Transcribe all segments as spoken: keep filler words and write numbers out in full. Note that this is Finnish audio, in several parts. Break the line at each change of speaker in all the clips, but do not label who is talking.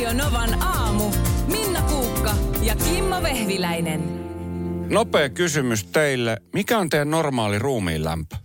Radio Novan aamu. Minna Kuukka ja Kimmo Vehviläinen.
Nopea kysymys teille. Mikä on teidän normaali ruumiin lämpö?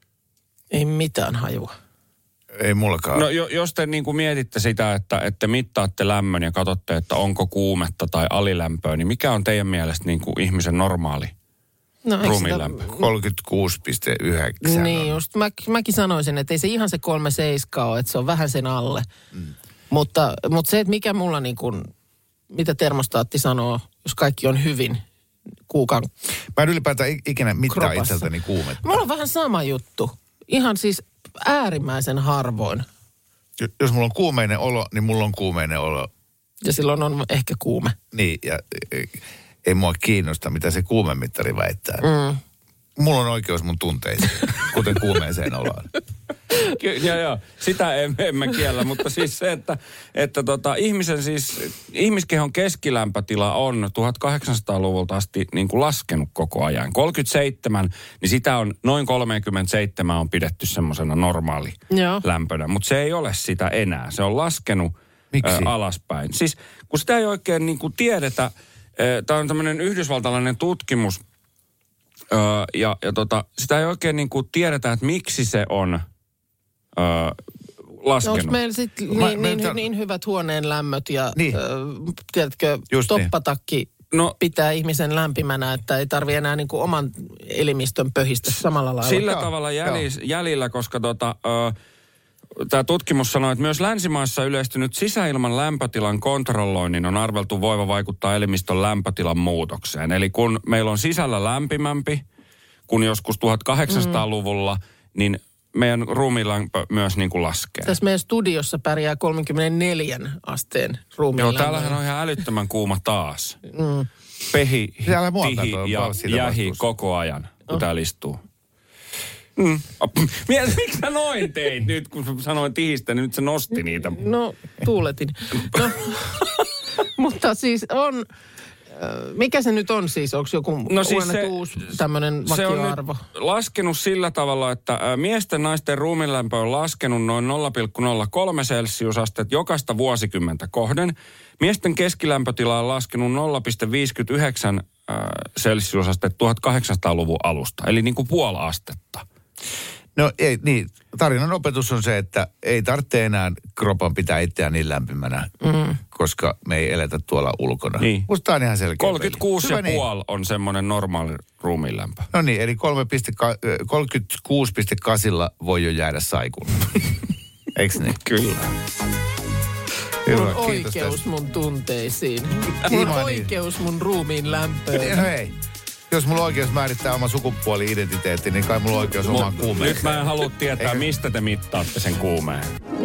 Ei mitään hajua.
Ei mullakaan.
No jo, jos te niin kuin mietitte sitä, että, että mittaatte lämmön ja katsotte, että onko kuumetta tai alilämpöä, niin mikä on teidän mielestä niin kuin ihmisen normaali
no,
ruumiin lämpö?
kolmekymmentäkuusi pilkku yhdeksän.
Niin just. Mä, mäkin sanoisin, että ei se ihan se kolme seiskaa ole, että se on vähän sen alle. Mm. Mutta, mutta se, että mikä mulla niin kuin, mitä termostaatti sanoo, jos kaikki on hyvin kuukan
Mä en ylipäätään ikinä mittaa
kropassa.
itseltäni kuumetta.
Mulla on vähän sama juttu. Ihan siis äärimmäisen harvoin.
Jos mulla on kuumeinen olo, niin mulla on kuumeinen olo.
Ja silloin on ehkä kuume.
Niin, ja ei, ei mua kiinnosta, mitä se kuumemittari väittää.
Mm.
Mulla on oikeus mun tunteisiin, kuten kuumeeseen oloon.
Joo, joo. Sitä en, en mä kiellä, mutta siis se, että, että tota, ihmisen siis, ihmiskehon keskilämpötila on tuhatkahdeksansataaluvulta asti niin kuin laskenut koko ajan. kolmekymmentäseitsemän, niin sitä on noin kolmekymmentäseitsemän on pidetty semmoisena normaali
Joo.
lämpönä. Mutta se ei ole sitä enää. Se on laskenut
Miksi?
Ä, alaspäin. Siis kun sitä ei oikein niin kuin tiedetä, tämä on tämmöinen yhdysvaltalainen tutkimus, Öö, ja, ja tota, sitä ei oikein niin kuin tiedetä, että miksi se on öö, laskenut.
Onko meillä sitten niin,
Mä-
niin,
meiltä-
niin, niin hyvät huoneen lämmöt ja
Niin.
ö, tiedätkö,
Just niin.
toppatakki
No,
pitää ihmisen lämpimänä, että ei tarvitse enää niin kuin oman elimistön pöhistä samalla lailla.
sillä
Joo,
tavalla
joo.
jäljis, jäljillä, koska tota, öö, tämä tutkimus sanoo, että myös länsimaissa yleistynyt sisäilman lämpötilan kontrolloinnin on arveltu voiva vaikuttaa elimistön lämpötilan muutokseen. Eli kun meillä on sisällä lämpimämpi kuin joskus tuhatkahdeksansataaluvulla, mm. niin meidän ruumiinlämpö myös niin kuin laskee.
Tässä meidän studiossa pärjää kolmekymmentäneljä asteen ruumiin
Joo,
lämmöllä.
täällähän on ihan älyttömän kuuma taas.
Mm.
Pehi,
Siellä mua
tihi
katsoo,
ja
paljon siitä
jähi
vastuussa.
koko ajan, kun oh. täällä istuu. Mm. Mies, miksi sä noin teit nyt, kun sanoin tihistä, niin nyt se nosti niitä.
No, tuuletin. No, mutta siis on, äh, mikä se nyt on siis? Onko joku
No siis
uusi,
se-
uusi tämmöinen
Se on
vakioarvo?
nyt laskenut sillä tavalla, että ä, miesten naisten ruumiinlämpö on laskenut noin nolla pilkku nolla kolme celsiusastetta jokaista vuosikymmentä kohden. Miesten keskilämpötila on laskenut nolla pilkku viisikymmentäyhdeksän äh, celsiusastetta tuhatkahdeksansataaluvun alusta, eli niin kuin puoli astetta.
No ei, niin. Tarinan opetus on se, että ei tarvitse enää kropan pitää itseään niin lämpimänä, mm. koska me ei eletä tuolla ulkona.
Niin.
Musta on ihan selkeä.
kolmekymmentäkuusi
peli.
pilkku
Hyvä
viisi on semmoinen normaali ruumiinlämpö.
No niin, eli kolmekymmentäkuusi pilkku kahdeksan voi jo jäädä saikuun. Eiks niin?
Kyllä.
Mulla
Hyvä,
on
kiitos
oikeus
tästä.
mun tunteisiin. Mulla on
Kiva niin.
oikeus mun ruumiin lämpöön.
No hei, jos mulla on oikeus määrittää oma sukupuoli-identiteetti, niin kai mulla on oikeus omaan
Mut
kuumeen.
nyt mä en halua tietää,
Eikä-
mistä te mittaatte sen kuumeen.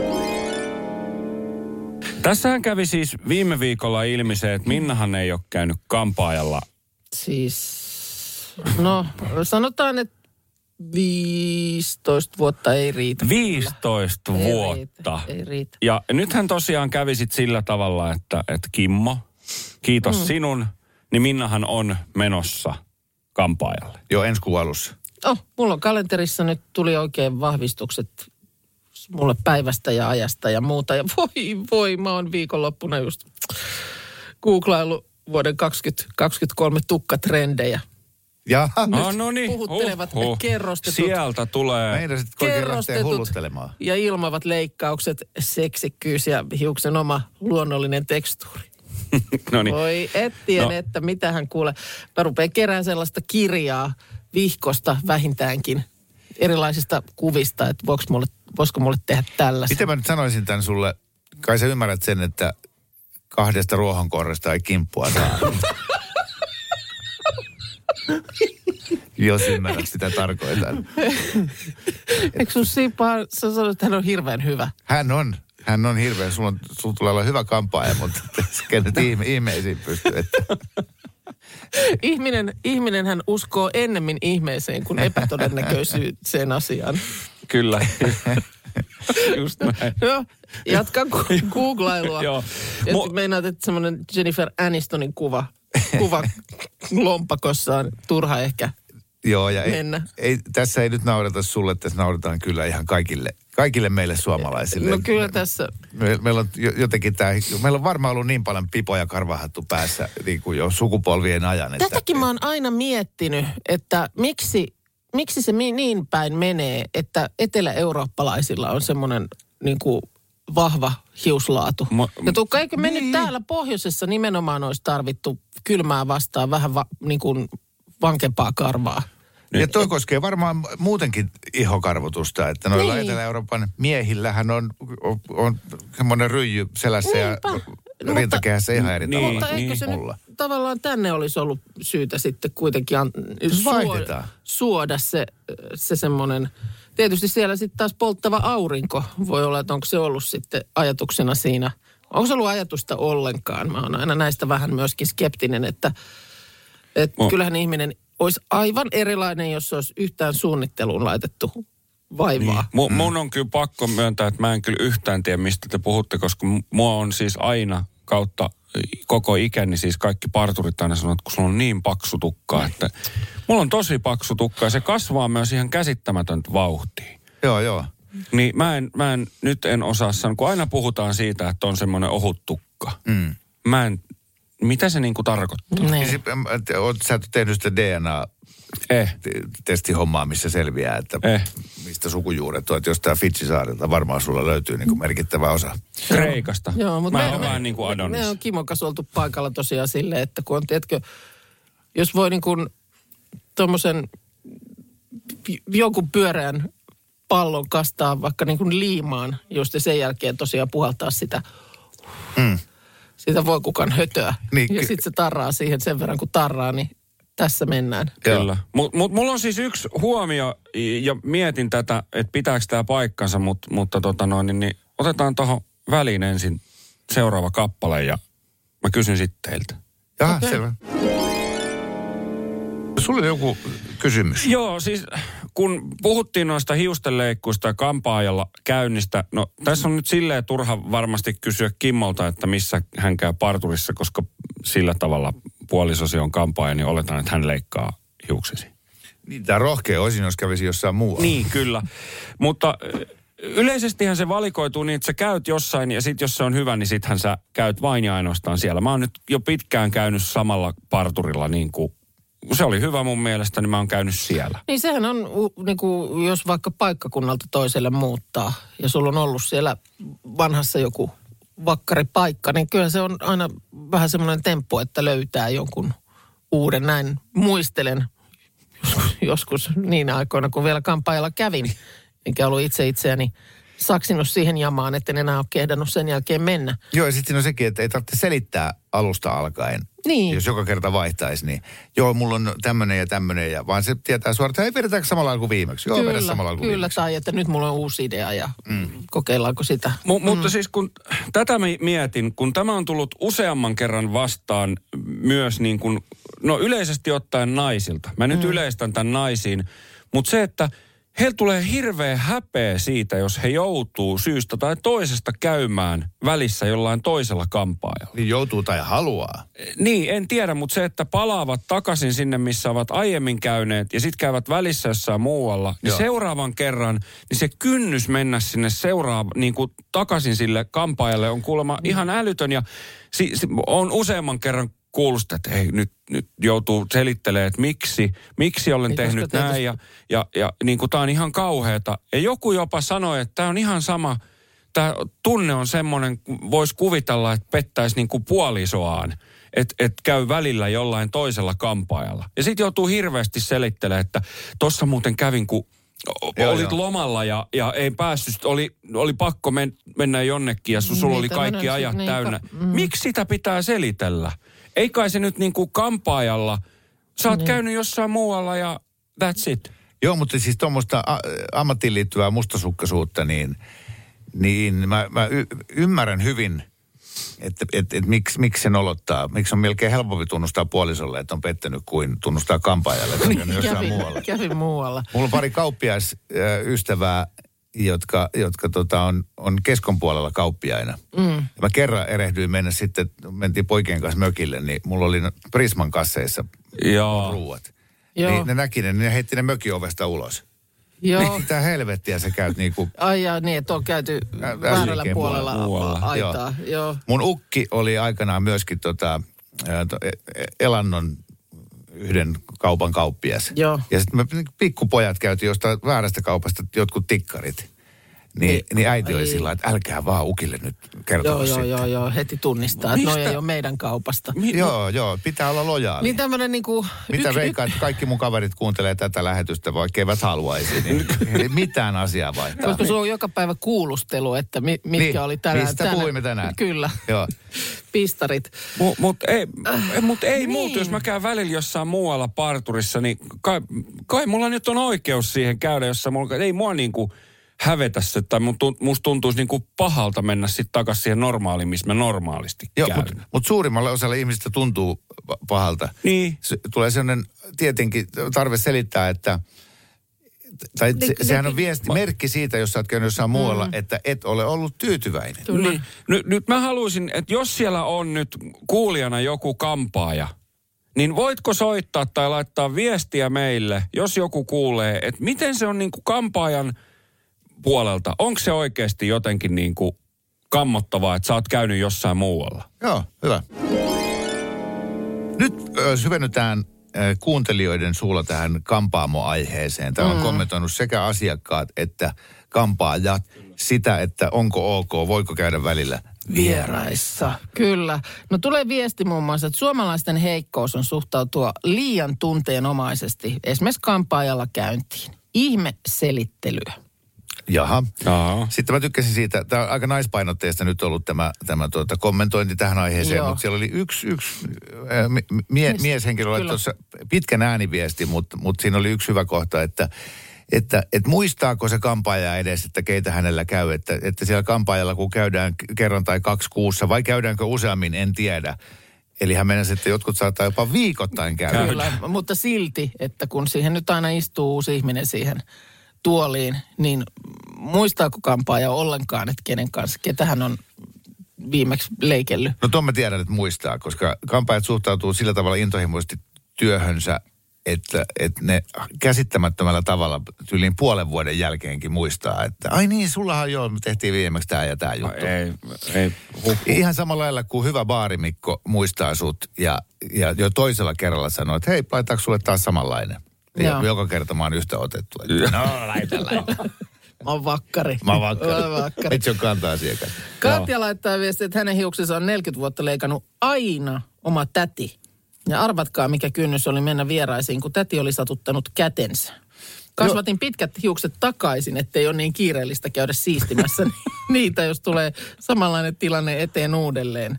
Tässähän kävi siis viime viikolla ilmi se, että Minnahan ei ole käynyt kampaajalla.
Siis, no sanotaan, että viisitoista vuotta ei riitä.
viisitoista
Ei
vuotta.
riitä, ei riitä.
Ja nythän tosiaan kävi sit sillä tavalla, että, että Kimmo, kiitos mm. sinun, niin Minnahan on menossa kampaajalle.
Joo, ensi kuun alussa.
Oh, mulla on kalenterissa nyt tuli oikein vahvistukset mulle päivästä ja ajasta ja muuta. Ja voi, voi, mä oon viikonloppuna just googlaillut vuoden kaksituhattakaksikymmentäkolme tukkatrendejä.
Jaha,
No, no niin.
puhuttelevat
Huhhuh.
kerrostetut-
Sieltä tulee.
meidän sitten oikein lähtee
kerrostetut
hulluttelemaan.
ja ilmavat leikkaukset, seksikkyys ja hiuksen oma luonnollinen tekstuuri.
No niin.
Voi ettien,
No.
no. että mitähän kuule. Mä rupean kerään sellaista kirjaa vihkosta vähintäänkin erilaisista kuvista, että voiko mulle, voisiko mulle tehdä tällaista.
Miten mä nyt sanoisin tämän sulle? Kai sä ymmärrät sen, että kahdesta ruohonkorresta ei kimppua saa. Jos ymmärrät, sitä tarkoitan.
Eikö sun Siipaa, sä sanoit, että hän on hirveän hyvä.
Hän on. Hän on hirveän. Sulla, on, sulla tulee olla hyvä kampaaja, mutta se kenet ihme, ihmeisiin pystyy. Että.
Ihminen, ihminen hän uskoo ennemmin ihmeeseen kuin epätodennäköisyyteen asiaan.
Kyllä. Just näin.
Joo, jatkan ku- googlailua.
Joo.
Ja
Mu-
meinaat, että semmoinen Jennifer Anistonin kuva, kuva lompakossa on turha ehkä
Joo, ja ei,
mennä.
ei, tässä ei nyt naurata sulle, tässä naurataan kyllä ihan kaikille, kaikille meille suomalaisille.
No kyllä tässä.
Me, meillä on jotenkin tämä, meillä on varmaan ollut niin paljon pipoja karvahattu päässä niin kuin jo sukupolvien ajan. Että,
Tätäkin mä oon aina miettinyt, että miksi, miksi se niin päin menee, että etelä-eurooppalaisilla on semmoinen niin kuin vahva hiuslaatu.
Ma,
ja Tuukka, eikö me
niin.
nyt täällä pohjoisessa nimenomaan olisi tarvittu kylmää vastaan vähän va, niin kuin vankempaa karvaa?
Ja toi koskee varmaan muutenkin ihokarvotusta, että noilla
Niin.
Etelä-Euroopan miehillähän on, on, on semmoinen ryijy selässä
Niinpä.
ja rintakehässä ihan eri
Niin,
tavalla.
Mutta eikö
niin.
se
mulla.
nyt tavallaan tänne olisi ollut syytä sitten kuitenkin an,
Vaihdetaan.
suoda, suoda se, se semmoinen. Tietysti siellä sitten taas polttava aurinko voi olla, että onko se ollut sitten ajatuksena siinä. Onko se ollut ajatusta ollenkaan? Mä oon aina näistä vähän myöskin skeptinen, että, että
Oh.
kyllähän ihminen olisi aivan erilainen, jos se olisi yhtään suunnitteluun laitettu vaivaa.
Mu, mun on kyllä pakko myöntää, että mä en kyllä yhtään tiedä, mistä te puhutte, koska mua on siis aina kautta koko ikäni, siis kaikki parturit aina sanoo, että kun sulla on niin paksu tukka, että mulla on tosi paksu tukka ja se kasvaa myös ihan käsittämätöntä vauhtia.
Joo, joo.
Niin mä en, mä en, nyt en osaa sanoa, kun aina puhutaan siitä, että on semmoinen ohut tukka.
Mm.
Mä en, mitä se niinku tarkoittaa?
Niin.
Niin. Oot, sä et ole tehnyt sitä D N A-testihommaa,
Eh,
missä selviää, että
eh.
mistä sukujuuret on. Että jostain Fidji-saarelta varmaan sulla löytyy niin kuin merkittävä osa.
Kreikasta.
Joo, mutta
mä
me,
oon
me,
vähän niin kuin Adonis.
me on Kimon kanssa oltu paikalla tosiaan silleen, että kun on, tiedätkö, jos voi niin kuin tuommoisen jonkun pyöreän pallon kastaa vaikka niin kuin liimaan, just ja sen jälkeen tosiaan puhaltaa sitä,
Mm.
sitä voikukan hötöä.
Niin,
ja
ky-
sitten se tarraa siihen sen verran, kun tarraa, niin tässä mennään.
Kyllä. Mutta mut mulla on siis yksi huomio, ja mietin tätä, että pitääkö tämä paikkansa, mut, mutta tota noin, niin, niin otetaan tuohon väliin ensin seuraava kappale, ja mä kysyn sitten teiltä.
Jaha,
Okei.
selvä. Sulla oli joku kysymys.
Joo, siis kun puhuttiin noista hiustenleikkuista ja kampaajalla käynnistä, no tässä on nyt silleen turha varmasti kysyä Kimmolta, että missä hän käy parturissa, koska sillä tavalla puolisosi on kampaaja, niin oletan, että hän leikkaa hiuksesi.
Niin, tämä rohkea osin, jos kävisi jossain muualla.
Niin, kyllä. Mutta yleisestihän se valikoituu niin, että sä käyt jossain ja sit jos se on hyvä, niin sittenhän sä käyt vain ja ainoastaan siellä. Mä oon nyt jo pitkään käynyt samalla parturilla niin kuin, se oli hyvä mun mielestä, niin mä oon käynyt siellä.
Niin sehän on, niin kuin, jos vaikka paikkakunnalta toiselle muuttaa ja sulla on ollut siellä vanhassa joku vakkaripaikka, niin kyllä se on aina vähän semmoinen temppu, että löytää jonkun uuden. Näin muistelen joskus, joskus niin aikoina, kun vielä kampaajalla kävin, enkä ollut itse itseäni saksinut siihen jamaan, että en enää ole kehdannut sen jälkeen mennä.
Joo, ja sitten siinä on sekin, että ei tarvitse selittää alusta alkaen.
Niin.
Jos joka kerta vaihtaisi, niin joo, mulla on tämmöinen ja tämmöinen, ja vaan se tietää suoraan, että hei, vedetäänkö samalla lailla kuin viimeksi? Joo, vedä samalla lailla kuin
kyllä,
viimeksi.
tai että nyt mulla on uusi idea ja mm. kokeillaanko sitä.
M- mutta siis kun tätä mä mietin, kun tämä on tullut useamman kerran vastaan myös niin kuin, no yleisesti ottaen naisilta. Mä nyt mm. yleistän tämän naisiin, mutta se, että heillä tulee hirveä häpeä siitä, jos he joutuu syystä tai toisesta käymään välissä jollain toisella kampaajalla.
Niin joutuu tai haluaa.
Niin, en tiedä, mutta se, että palaavat takaisin sinne, missä ovat aiemmin käyneet ja sitten käyvät välissä jossain muualla, niin
Joo.
seuraavan kerran, niin se kynnys mennä sinne seuraava, niin kuin takaisin sille kampaajalle on kuulemma ihan älytön ja si, si, on useamman kerran kuullut sitä, että hei, nyt, nyt joutuu selittelemään, että miksi, miksi olen
Niin,
tehnyt
koska
näin ja, ja, ja niin kuin tämä on ihan kauheata. Ja joku jopa sanoi, että tämä on ihan sama, tämä tunne on semmoinen, voisi kuvitella, että pettäisi niin kuin puolisoaan, että et käy välillä jollain toisella kampaajalla. Ja sitten joutuu hirveästi selittelemään, että tuossa muuten kävin, kun
Joo,
olit
joo.
lomalla ja, ja ei päässyt, oli, oli pakko men, mennä jonnekin ja su, sulla
Niin,
oli kaikki
tämmönen
ajat
sit niin
täynnä.
ka- mm.
Miksi sitä pitää selitellä? Ei kai se nyt niin kuin kampaajalla, sä oot niin. käynyt jossain muualla ja that's it.
Joo, mutta siis tuommoista a- ammattiin liittyvää mustasukkaisuutta, niin, niin mä, mä y- ymmärrän hyvin, että et, et miksi, miksi sen olottaa. Miksi on melkein helpompi tunnustaa puolisolle, että on pettänyt, kuin tunnustaa kampaajalle, että on käynyt jossain
kävin,
muualla.
kävin muualla.
Mulla on pari kauppiaisystävää, jotka, jotka tota on, on keskon puolella kauppiaina. Mm. Mä kerran erehdyin mennä sitten, mentiin poikien kanssa mökille, niin mulla oli Prisman kasseissa
Joo.
ruuat.
Joo.
Niin ne näki ne, niin ne heitti ne mökin ovesta ulos.
Joo.
Mitä helvettiä sä käyt niinku...
Ai ja niin, että on käyty
Ä-
väärällä
äsken
puolella
puolella.
aitaa. Joo. Joo.
Mun ukki oli aikanaan myöskin tota, ä, to- e- e- Elannon yhden kaupan kauppias.
Joo.
Ja sitten me pikkupojat käytiin jostain väärästä kaupasta jotkut tikkarit. Niin,
Niin.
niin äiti oli
Ai.
sillä lailla, että älkää vaan ukille nyt kertoa
Joo, joo,
sitten.
joo, joo, heti tunnistaa, että noi
Mistä?
ei ole meidän kaupasta.
Mi-
Joo, joo, pitää olla lojaali.
Niin tämmöinen niinku...
Mitä
yksi-
veikkaat, että kaikki mun kaverit kuuntelee tätä lähetystä, vaikka eivät haluaisi, niin ei mitään asiaa vaihtaa.
Koska sulla on joka päivä kuulustelu, että mi, mitkä
Niin,
oli tänään.
mistä puhuimme tänään.
Kyllä,
Joo.
pistarit.
Mu- Mut ei, äh, mut ei
niin.
muuta, jos mä käyn välillä jossain muualla parturissa, niin kai, kai mulla nyt on oikeus siihen käydä jossain muualla. Ei mua niinku hävetä se, tai mun tun- musta tuntuisi niinku pahalta mennä sitten takaisin siihen normaaliin, missä mä normaalisti
Joo,
käyn.
mutta mut suurimmalle osalle ihmisistä tuntuu pa- pahalta.
Niin.
Se, tulee sellainen tietenkin tarve selittää, että tai se,
Niin,
sehän
niin,
on viesti, merkki siitä, jos sä oot käynyt jossain muualla, että et ole ollut tyytyväinen.
Niin. Nyt, nyt mä haluaisin, että jos siellä on nyt kuulijana joku kampaaja, niin voitko soittaa tai laittaa viestiä meille, jos joku kuulee, että miten se on niin kuin kampaajan puolelta. Onko se oikeasti jotenkin niin kuin kammottavaa, että sä oot käynyt jossain muualla?
Joo, hyvä. Nyt ö, syvennytään ö, kuuntelijoiden suulla tähän kampaamo-aiheeseen. Täällä on kommentoinut sekä asiakkaat että kampaajat sitä, että onko ok, voiko käydä välillä
Vieraissa. Kyllä. No tulee viesti muun muassa, että suomalaisten heikkous on suhtautua liian tunteenomaisesti esimerkiksi kampaajalla käyntiin. Ihme selittelyä.
Jaha.
Jaa.
Sitten mä tykkäsin siitä, tämä on aika naispainotteista nyt ollut tämä, tämä tuota, kommentointi tähän aiheeseen,
Joo.
mutta siellä oli yksi, yksi äh, mie,
Mies-
mieshenkilö oli
kyllä.
tuossa pitkän ääniviesti, mutta, mutta siinä oli yksi hyvä kohta, että Että, että muistaako se kampaaja edes, että keitä hänellä käy. Että, että siellä kampaajalla, kun käydään kerran tai kaksi kuussa, vai käydäänkö useammin, en tiedä. Eli hän mennäisi, että jotkut saattaa jopa viikoittain käydä.
Kyllä, mutta silti, että kun siihen nyt aina istuu uusi ihminen siihen tuoliin, niin muistaako kampaaja ollenkaan, että kenen kanssa, ketä hän on viimeksi leikellyt?
No tuon mä tiedän, että muistaa, koska kampaajat suhtautuu sillä tavalla intohimoisesti työhönsä, että, että ne käsittämättömällä tavalla tyyliin puolen vuoden jälkeenkin muistaa, että ai niin, sullahan joo, me tehtiin viimeksi tämä ja tämä
No,
juttu.
ei, ei. Huh, huh.
Ihan samalla lailla kuin hyvä baarimikko muistaa sut ja, ja jo toisella kerralla sanoo, että hei, laitaanko sulle taas samanlainen? Ja
Joo.
joka kerta mä oon yhtä otettu. Että, no, laita, laita.
Mä oon vakkari.
Mä oon vakkari.
Mä oon vakkari.
Itse on kanta-asiakas.
Katja laittaa viestiä, että hänen hiuksensa on neljäkymmentä vuotta leikannut aina oma täti. Ja arvatkaa, mikä kynnys oli mennä vieraisiin, kun täti oli satuttanut kätensä. Kasvatin pitkät hiukset takaisin, ettei ole niin kiireellistä käydä siistimässä niitä, jos tulee samanlainen tilanne eteen uudelleen.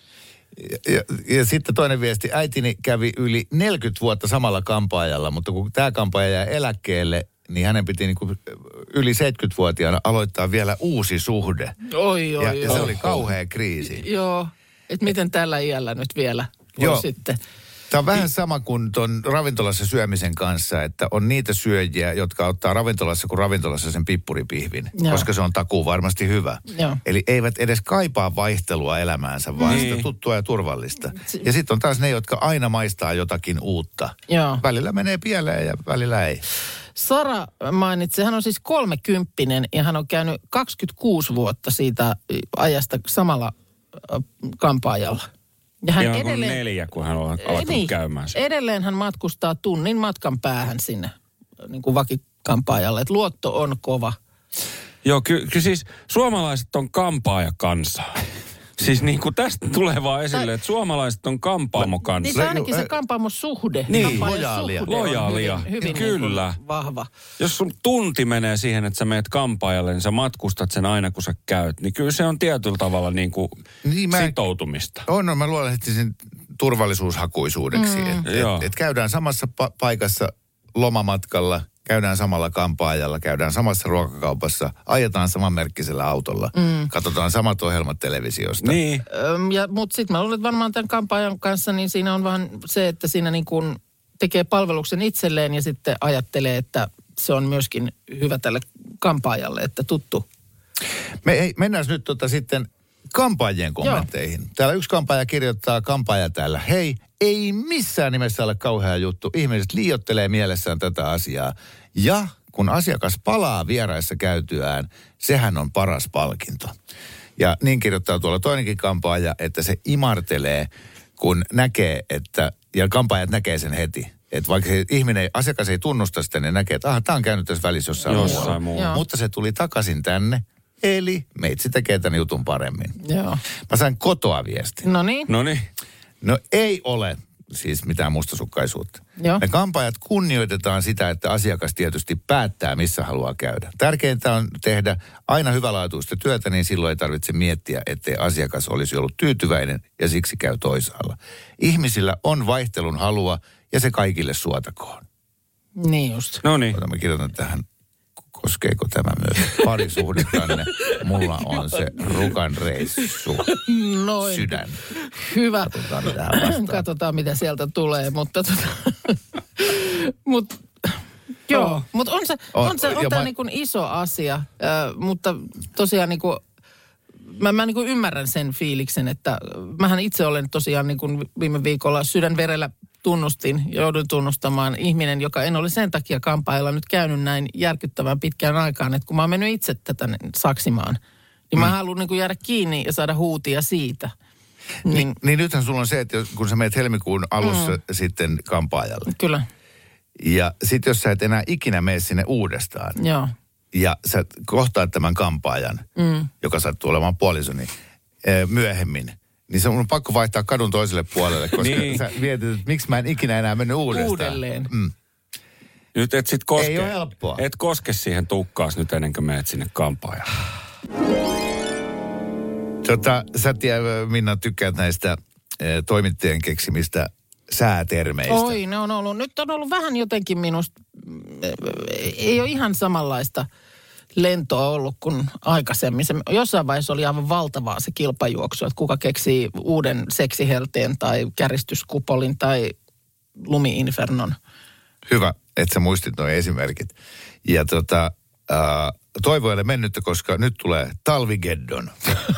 Ja, ja, ja sitten toinen viesti. Äitini kävi yli neljäkymmentä vuotta samalla kampaajalla, mutta kun tämä kampaaja jäi eläkkeelle, niin hänen piti niin kuin yli seitsemänkymmentävuotiaana aloittaa vielä uusi suhde.
Oi, oi,
Ja,
oi.
ja se oli kauhea kriisi.
Joo, että miten tällä iällä nyt vielä voi
Joo.
sitten.
Tämä on vähän sama kuin tuon ravintolassa syömisen kanssa, että on niitä syöjiä, jotka ottaa ravintolassa kuin ravintolassa sen pippuripihvin,
Joo.
koska se on takuu varmasti hyvä.
Joo.
Eli eivät edes kaipaa vaihtelua elämäänsä, vaan
Niin.
sitä tuttua ja turvallista. Ja sitten on taas ne, jotka aina maistaa jotakin uutta.
Joo.
Välillä menee pieleen ja välillä ei.
Sara mainitsi, hän on siis kolmekymppinen ja hän on käynyt kaksikymmentäkuusi vuotta siitä ajasta samalla äh, kampaajalla. Ja hän
Ihan kuin neljä, kun hän on alkanut
niin,
käymään sen.
edelleen hän matkustaa tunnin matkan päähän sinne niin kuin vakikampaajalle. Että luotto on kova.
Joo, kyllä ky siis suomalaiset on kampaajakansaa. Siis niin kuin tästä tulee vaan esille, että suomalaiset on kampaamokansa.
Niin se ainakin se kampaamossuhde.
Niin,
kampaajan
lojaalia.
suhde on
Lojaalia,
Hyvin, hyvin
kyllä.
Niin kuin vahva.
Jos sun tunti menee siihen, että sä meet kampaajalle, niin sä matkustat sen aina, kun sä käyt. Niin kyllä se on tietyllä tavalla niin kuin
Niin mä-
sitoutumista.
On, no, mä luonnehtisin turvallisuushakuisuudeksi. Mm. Että
Joo.
et, et käydään samassa pa- paikassa lomamatkalla, käydään samalla kampaajalla, käydään samassa ruokakaupassa, ajetaan samanmerkkisellä autolla, mm. katsotaan samat ohjelmat televisiosta.
Niin.
Öm, ja, mutta sitten mä luulen, että varmaan tämän kampaajan kanssa, niin siinä on vähän se, että siinä niin kuin tekee palveluksen itselleen ja sitten ajattelee, että se on myöskin hyvä tälle kampaajalle, että tuttu.
Me ei, mennään nyt tota sitten kampaajien kommentteihin. Joo. Täällä yksi kampaaja kirjoittaa, kampaaja täällä, hei, ei missään nimessä ole kauhea juttu. Ihmiset liioittelee mielessään tätä asiaa. Ja kun asiakas palaa vieraissa käytyään, sehän on paras palkinto. Ja niin kirjoittaa tuolla toinenkin kampaaja, että se imartelee, kun näkee, että, ja kampaajat näkee sen heti. Että vaikka se ihminen, asiakas ei tunnusta sitä, niin näkee, että aha, tämä on käynyt tässä välissä jossain, jossain muualla. Mutta se tuli takaisin tänne, eli meitsi tekee tämän jutun paremmin.
Joo.
Mä sain kotoa viestin.
No niin.
No niin.
No ei ole siis mitään mustasukkaisuutta.
Joo.
Me kampaajat kunnioitetaan sitä, että asiakas tietysti päättää, missä haluaa käydä. Tärkeintä on tehdä aina hyvälaatuista työtä, niin silloin ei tarvitse miettiä, ettei asiakas olisi ollut tyytyväinen ja siksi käy toisaalla. Ihmisillä on vaihtelun halua ja se kaikille suotakoon.
Niin just.
No niin.
Mä kirjoitan tähän, koskeeko tämä myös parisuhdettanne? Mulla on se rukan reissu.
Noin.
Sydän.
Hyvä.
Katsotaan, mitä
Katsotaan, mitä sieltä tulee, mutta tota, mut, joo, mutta on se, on, on, se, on tämä mä... niin kuin iso asia, äh, mutta tosiaan niin kuin, mä, mä niin kuin ymmärrän sen fiiliksen, että mähän itse olen tosiaan niin kuin viime viikolla sydänverellä tunnustin, jouduin tunnustamaan ihminen, joka en ole sen takia kampailla nyt käynyt näin järkyttävän pitkään aikaan, että kun mä oon mennyt itse tätä saksimaan, niin mä mm. haluan niin kuin jäädä kiinni ja saada huutia siitä.
Niin, niin, niin nythän sulla on se, että kun sä menet helmikuun alussa mm. sitten kampaajalle.
Kyllä.
Ja sit jos sä et enää ikinä mene sinne uudestaan.
Joo.
Ja sä kohtaat tämän kampaajan, mm. joka sattuu olemaan puolisoni, myöhemmin. Niin se on pakko vaihtaa kadun toiselle puolelle, koska niin. Sä mietit, että miksi mä en ikinä enää mennyt uudestaan.
Uudelleen.
Mm.
Nyt et sit koske.
Ei ole helppoa.
Et koske siihen tukkaas nyt ennen kuin menet sinne kampaajalle.
Tota, sä tiedä, Minna, tykkäät näistä e, toimittajien keksimistä säätermeistä.
Oi, ne on ollut. Nyt on ollut vähän jotenkin minusta, ei ole ihan samanlaista lentoa ollut kuin aikaisemmin. Se, jossain vaiheessa oli aivan valtavaa se kilpajuoksu, että kuka keksii uuden seksihelteen tai käristyskupolin tai lumi-infernon.
Hyvä, että sä muistit nuo esimerkit. Ja tota, äh, toivoille mennyttä, koska nyt tulee talvigeddon.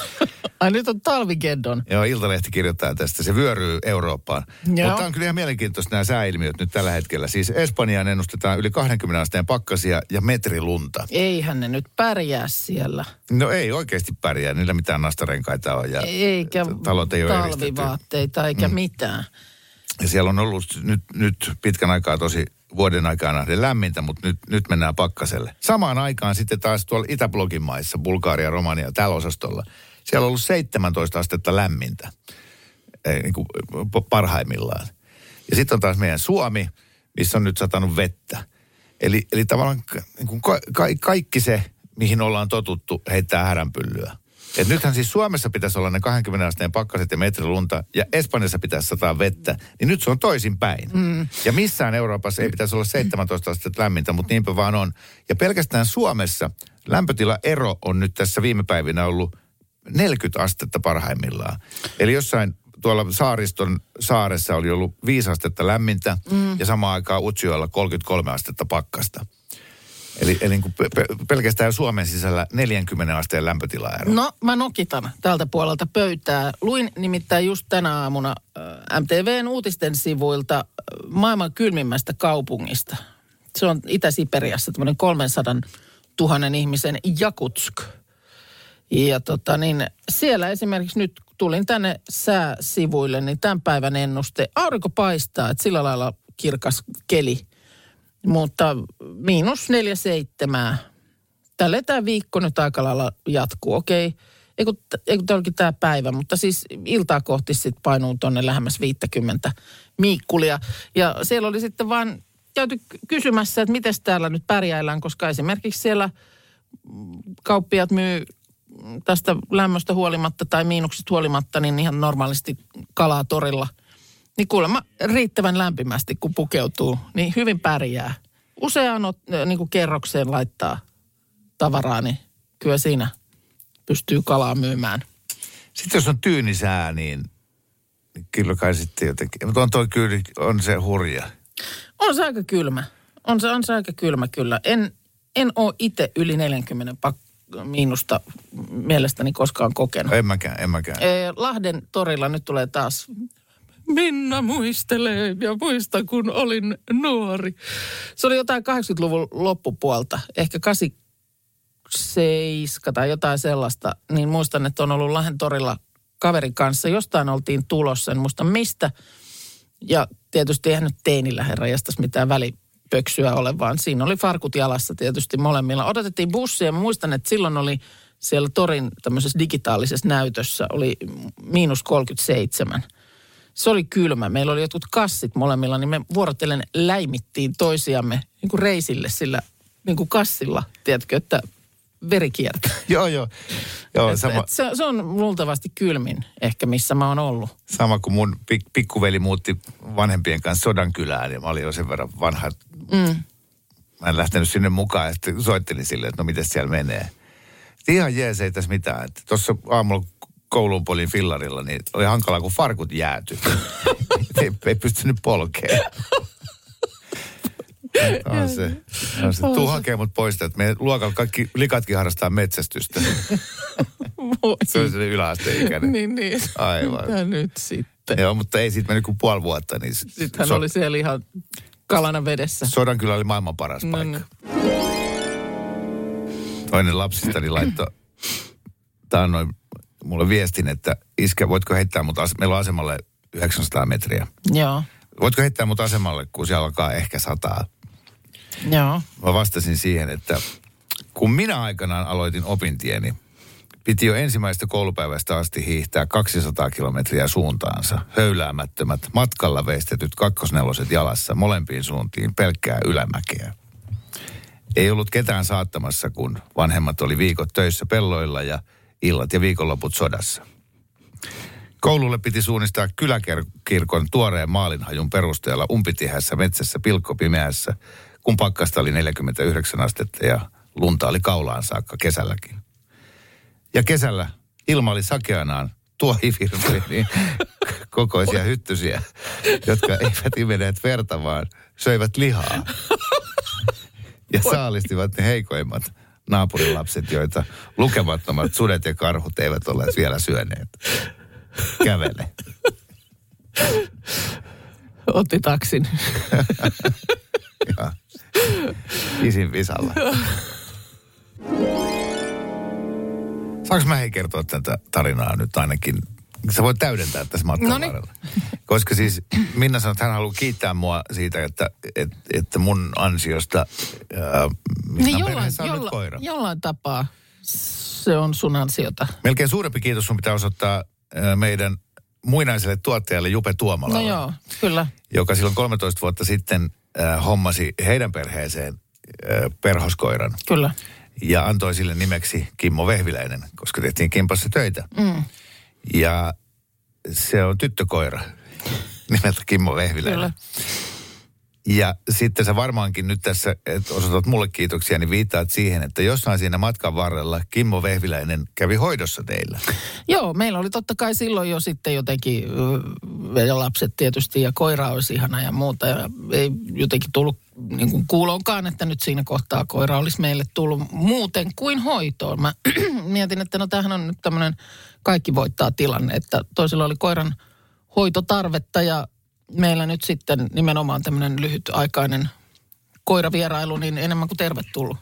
Ai nyt on talvigeddon.
Joo, Iltalehti kirjoittaa tästä. Se vyöryy Eurooppaan. Joo. Mutta on kyllä ihan mielenkiintoista nämä sääilmiöt nyt tällä hetkellä. Siis Espanjaan ennustetaan yli kaksikymmentä asteen pakkasia ja metri lunta.
Eihän ne nyt pärjää siellä.
No ei oikeasti pärjää. Niillä mitään nastarenkaita on ja
eikä
talot ei ole
talvivaatteita eikä mm. mitään.
Ja siellä on ollut nyt, nyt pitkän aikaa tosi vuoden aikaa nähden lämmintä, mutta nyt, nyt mennään pakkaselle. Samaan aikaan sitten taas tuolla Itäblogin maissa, Bulgaria, Romania, tällä osastolla, siellä on ollut seitsemäntoista astetta lämmintä niin kuin parhaimmillaan. Ja sitten on taas meidän Suomi, missä on nyt satanut vettä. Eli, eli tavallaan niin kuin ka, ka, kaikki se, mihin ollaan totuttu, heittää häränpyllyä. Et nythän siis Suomessa pitäisi olla ne kaksikymmentä asteen pakkaset ja metri lunta, ja Espanjassa pitäisi sataa vettä, niin nyt se on toisinpäin. Mm. Ja missään Euroopassa ei pitäisi olla seitsemäntoista astetta lämmintä, mutta niinpä vaan on. Ja pelkästään Suomessa lämpötilaero on nyt tässä viime päivinä ollut neljäkymmentä astetta parhaimmillaan. Eli jossain tuolla saariston saaressa oli ollut viisi astetta lämmintä, mm. ja samaan aikaan Utsjoella kolmekymmentäkolme astetta pakkasta. Eli, eli niin pelkästään Suomen sisällä neljänkymmenen asteen lämpötilaero.
No, mä nokitan tältä puolelta pöytää. Luin nimittäin just tänä aamuna äh, M T V:n uutisten sivuilta äh, maailman kylmimmästä kaupungista. Se on Itä-Siperiassa tämmöinen kolmensadantuhannen ihmisen Jakutsk. Ja tota niin, siellä esimerkiksi nyt tulin tänne sääsivuille, niin tämän päivän ennuste. Aurinko paistaa, että sillä lailla kirkas keli. Mutta miinus neljä seitsemää. Tälle tämä viikko nyt aika lailla jatkuu. Okei, ei kun, ei kun tämä olikin tämä päivä, mutta siis iltaa kohti sitten painuu tuonne lähemmäs viisikymmentä miikkulia. Ja siellä oli sitten vaan käyty kysymässä, että miten täällä nyt pärjäillään, koska esimerkiksi siellä kauppiaat myy tästä lämmöstä huolimatta tai miinuksista huolimatta, niin ihan normaalisti kalaa torilla. Niin kuulemma riittävän lämpimästi, kun pukeutuu, niin hyvin pärjää. Useaan niin kuin kerrokseen laittaa tavaraa, niin kyllä siinä pystyy kalaa myymään.
Sitten jos on tyynisää, niin kyllä kai sitten jotenkin, mutta on toi kyllä, on se hurja.
On se aika kylmä. On se, on se aika kylmä kyllä. En, en ole itse yli neljänkymmenen pak- miinusta mielestäni koskaan kokenut.
En mäkään, en mäkään.
Ee, Lahden torilla nyt tulee taas Minna muistelee ja muista, kun olin nuori. Se oli jotain kahdeksankymmentäluvun loppupuolta, ehkä kahdeksankymmentäseitsemän tai jotain sellaista. Niin muistan, että on ollut Lahden torilla kaverin kanssa. Jostain oltiin tulossa, en muista mistä. Ja tietysti eihän nyt teinillä herranjestas mitään välipöksyä ole, vaan siinä oli farkut jalassa tietysti molemmilla. Odotettiin bussia. Mä muistan, että silloin oli siellä torin tämmöisessä digitaalisessa näytössä oli miinus kolmekymmentäseitsemän. Se oli kylmä. Meillä oli jotkut kassit molemmilla, niin me vuorotellen läimittiin toisiamme niin kuin reisille sillä niin kuin kassilla, tiedätkö, että veri kiertää.
Joo, joo. joo
et,
sama,
et se, se on luultavasti kylmin ehkä, missä mä oon ollut.
sama kuin mun pik, pikkuveli muutti vanhempien kanssa Sodankylään ja mä olin jo sen verran vanha. Mm. Mä en lähtenyt sinne mukaan, että soittelin sille, että no miten siellä menee. Ihan jees, ei tässä mitään. Tuossa aamulla kouluun polin fillarilla, niin oli hankalaa, kun farkut jääty. ei, ei pystynyt polkemaan. On se, on se. Tuu hakee mut pois, että meidän luokalla kaikki likatkin harrastaa metsästystä. Se oli sellainen yläasteikäinen.
Niin, niin.
Aivan.
Ja nyt sitten.
Joo, mutta ei siitä mennyt kuin puoli vuotta. Niin
sitten hän so- oli siellä ihan kalana vedessä.
Sodankylä oli maailman paras
no,
paikka.
No.
Toinen lapsistani laittoi taannoin mulle viestin, että iskä, voitko heittää mut, ase- meillä on asemalle yhdeksänsataa metriä.
Joo.
Voitko heittää mut asemalle, kun siellä alkaa ehkä sataa?
Joo.
Mä vastasin siihen, että kun minä aikanaan aloitin opintieni, piti jo ensimmäistä koulupäivästä asti hiihtää kaksisataa kilometriä suuntaansa. Höyläämättömät, matkalla veistetyt kakkosneloset jalassa molempiin suuntiin pelkkää ylämäkeä. Ei ollut ketään saattamassa, kun vanhemmat oli viikot töissä pelloilla ja illat ja viikonloput sodassa. Koululle piti suunnistaa kyläkirkon tuoreen maalinhajun perusteella umpitihässä metsässä pilkkopimeässä, kun pakkasta oli neljäkymmentäyhdeksän astetta ja lunta oli kaulaan saakka kesälläkin. Ja kesällä ilma oli sakeanaan tuohivirveliin kokoisia hyttysiä, jotka eivät imeneet verta, vaan söivät lihaa. Ja saalistivat ne heikoimmat naapurilapset, joita lukemattomat sudet ja karhut eivät olleet vielä syöneet. Kävele.
Otti taksin.
Ja isin visalla. Saanko mä hei kertoa tätä tarinaa nyt ainakin? Sä voit täydentää tässä matkan
Noniin.
varrella. Koska siis Minna sanoi, että hän haluaa kiittää mua siitä, että, että, että mun ansiosta ää, Minnan
Niin jollain,
perheessä on nyt
jolla,
koira.
jollain tapaa se on sun ansiota.
Melkein suurempi kiitos sun pitää osoittaa ää, meidän muinaiselle tuottajalle Jupe Tuomalalle.
No joo, kyllä.
Joka silloin kolmetoista vuotta sitten äh, hommasi heidän perheeseen äh, perhoskoiran.
Kyllä.
Ja antoi sille nimeksi Kimmo Vehviläinen, koska tehtiin kimpassa töitä. Mm. Ja se on tyttökoira nimeltä Kimmo Vehviläinen.
Kyllä.
Ja sitten sä varmaankin nyt tässä, että osoitat mulle kiitoksia, niin viittaat siihen, että jossain siinä matkan varrella Kimmo Vehviläinen kävi hoidossa teillä.
Joo, meillä oli totta kai silloin jo sitten jotenkin ö, ja lapset tietysti ja koira olisi ihana ja muuta. Ja ei jotenkin tullut niin kuin kuuloonkaan, että nyt siinä kohtaa koira olisi meille tullut muuten kuin hoitoon. Mä mietin, että no tämähän on nyt tämmöinen kaikki voittaa tilanne, että toisella oli koiran hoitotarvetta ja meillä nyt sitten nimenomaan tämmöinen lyhytaikainen koiravierailu, niin enemmän kuin tervetullut.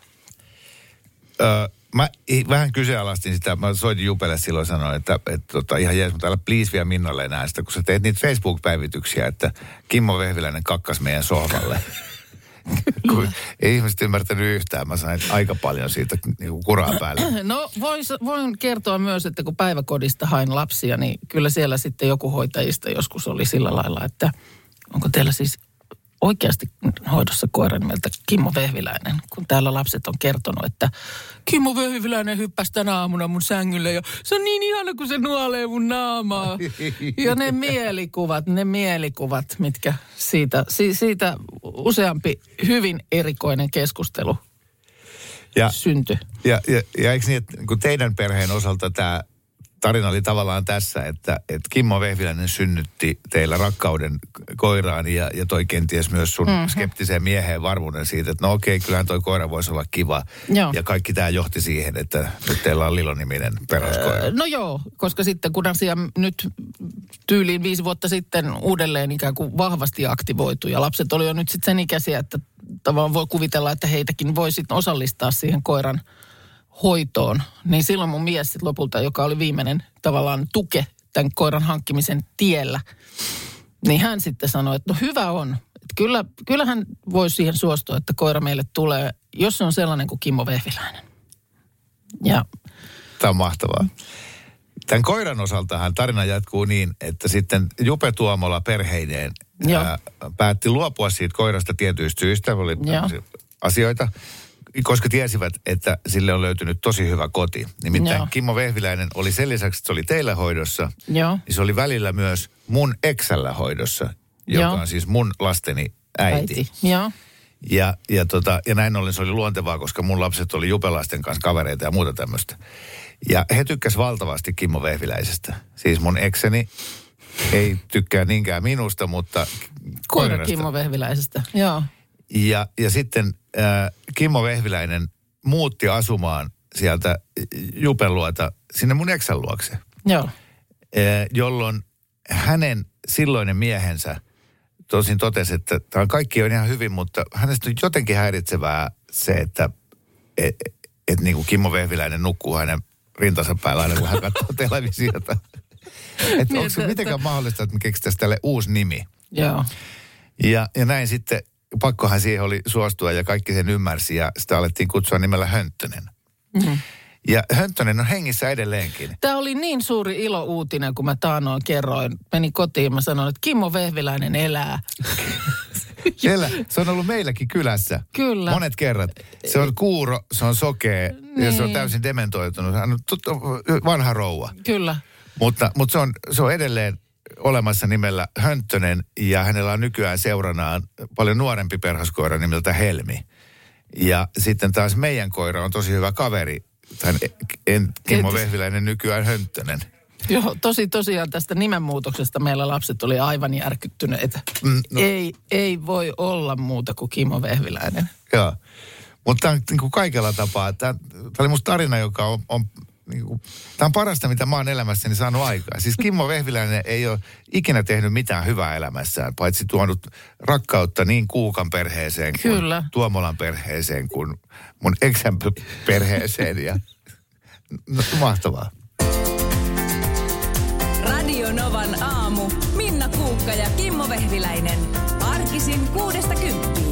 Öö, mä vähän kyseenalaistin sitä. Mä soitin Jupelle silloin sanoin, että, että tota, ihan jees, mutta älä please vielä Minnalle enää sitä, kun sä teet niitä Facebook-päivityksiä, että Kimmo Vehviläinen kakkas meidän sohvalle. Kun ei ihmiset ymmärtänyt yhtään. Mä sain aika paljon siitä niin kuraa päälle.
No vois, voin kertoa myös, että kun päiväkodista hain lapsia, niin kyllä siellä sitten joku hoitajista joskus oli sillä lailla, että onko teillä siis oikeasti hoidossa koira nimeltä Kimmo Vehviläinen, kun täällä lapset on kertonut, että Kimmo Vehviläinen hyppäsi tänä aamuna mun sängylle ja se on niin ihana, kun se nuolee mun naamaa. Ja ne mielikuvat, ne mielikuvat, mitkä siitä, si, siitä useampi hyvin erikoinen keskustelu
ja,
syntyi.
Ja, ja, ja eikö niin, että kun teidän perheen osalta tämä tarina oli tavallaan tässä, että, että Kimmo Vehviläinen synnytti teillä rakkauden koiraan ja, ja toi kenties myös sun mm-hmm. skeptiseen mieheen varmuuden siitä, että no okei, kyllähän toi koira voisi olla kiva. Joo. Ja kaikki tämä johti siihen, että nyt teillä on Lilo-niminen perhoskoira.
Öö, no joo, koska sitten kun asia nyt tyyliin viisi vuotta sitten uudelleen ikään kuin vahvasti aktivoitu ja lapset oli jo nyt sitten sen ikäisiä, että tavallaan voi kuvitella, että heitäkin voi sitten osallistaa siihen koiran hoitoon, niin silloin mun mies sit lopulta, joka oli viimeinen tavallaan tuke tämän koiran hankkimisen tiellä, niin hän sitten sanoi, että no hyvä on. Että kyllä, kyllä hän voi siihen suostua, että koira meille tulee, jos se on sellainen kuin Kimmo Vehviläinen. Ja.
Tämä on mahtavaa. Tämän koiran osaltahan tarina jatkuu niin, että sitten Jupe Tuomola perheineen ää, päätti luopua siitä koirasta tietyistä syistä, oli asioita, koska tiesivät, että sille on löytynyt tosi hyvä koti. Nimittäin Joo. Kimmo Vehviläinen oli sen lisäksi, että se oli teillä hoidossa, Joo. niin se oli välillä myös mun eksällä hoidossa, joka Joo. on siis mun lasteni äiti. äiti.
Joo.
Ja, ja, tota, ja näin ollen se oli luontevaa, koska mun lapset oli Jupelaisten kanssa kavereita ja muuta tämmöistä. Ja he tykkäs valtavasti Kimmo Vehviläisestä. Siis mun ekseni ei tykkää niinkään minusta, mutta
koira Kimmo Vehviläisestä, joo.
Ja, ja sitten äh, Kimmo Vehviläinen muutti asumaan sieltä Jupen luota sinne mun eksän luokse.
Joo.
Äh, jolloin hänen silloinen miehensä tosin totesi, että tämä kaikki on ihan hyvin, mutta hänestä on jotenkin häiritsevää se, että et, et, niin kuin Kimmo Vehviläinen nukkuu hänen rintansa päällä aina, kun hän katsoo televisiota. Että onko se mitenkään mahdollista, että me keksittäisiin tälle uusi nimi.
Joo.
Ja, ja näin sitten, pakkohan siihen oli suostua ja kaikki sen ymmärsi ja sitä alettiin kutsua nimellä Hönttönen. Mm-hmm. Ja Hönttönen on hengissä edelleenkin.
Tämä oli niin suuri ilouutinen, kun mä taanoin kerroin. Menin kotiin, mä sanoin, että Kimmo Vehviläinen elää.
Elä. Se on ollut meilläkin kylässä.
Kyllä.
Monet kerrat. Se on kuuro, se on sokea niin. ja se on täysin dementoitunut. Hän on vanha rouva.
Kyllä.
Mutta, mutta se, on, se on edelleen olemassa nimellä Hönttönen ja hänellä on nykyään seuranaan paljon nuorempi perhoskoira nimeltä Helmi. Ja sitten taas meidän koira on tosi hyvä kaveri. Tämän Kimmo Vehviläinen nykyään Hönttönen.
Joo, tosi tosiaan tästä nimenmuutoksesta meillä lapset oli aivan järkyttyneitä. Mm, no. Ei, ei voi olla muuta kuin Kimmo Vehviläinen.
Joo, mutta tämä on niin kuin kaikella tapaa. Tämä, tämä oli musta tarina, joka on, on niin kuin, tämä on parasta, mitä mä oon elämässäni saanut aikaa. Siis Kimmo Vehviläinen ei ole ikinä tehnyt mitään hyvää elämässään, paitsi tuonut rakkautta niin Kuukan perheeseen kuin Kyllä. Tuomolan perheeseen kuin mun eksän perheeseen. Ja, no, mahtavaa.
Radio Novan aamu. Minna Kuukka ja Kimmo Vehviläinen. Arkisin kuudesta kymppiin.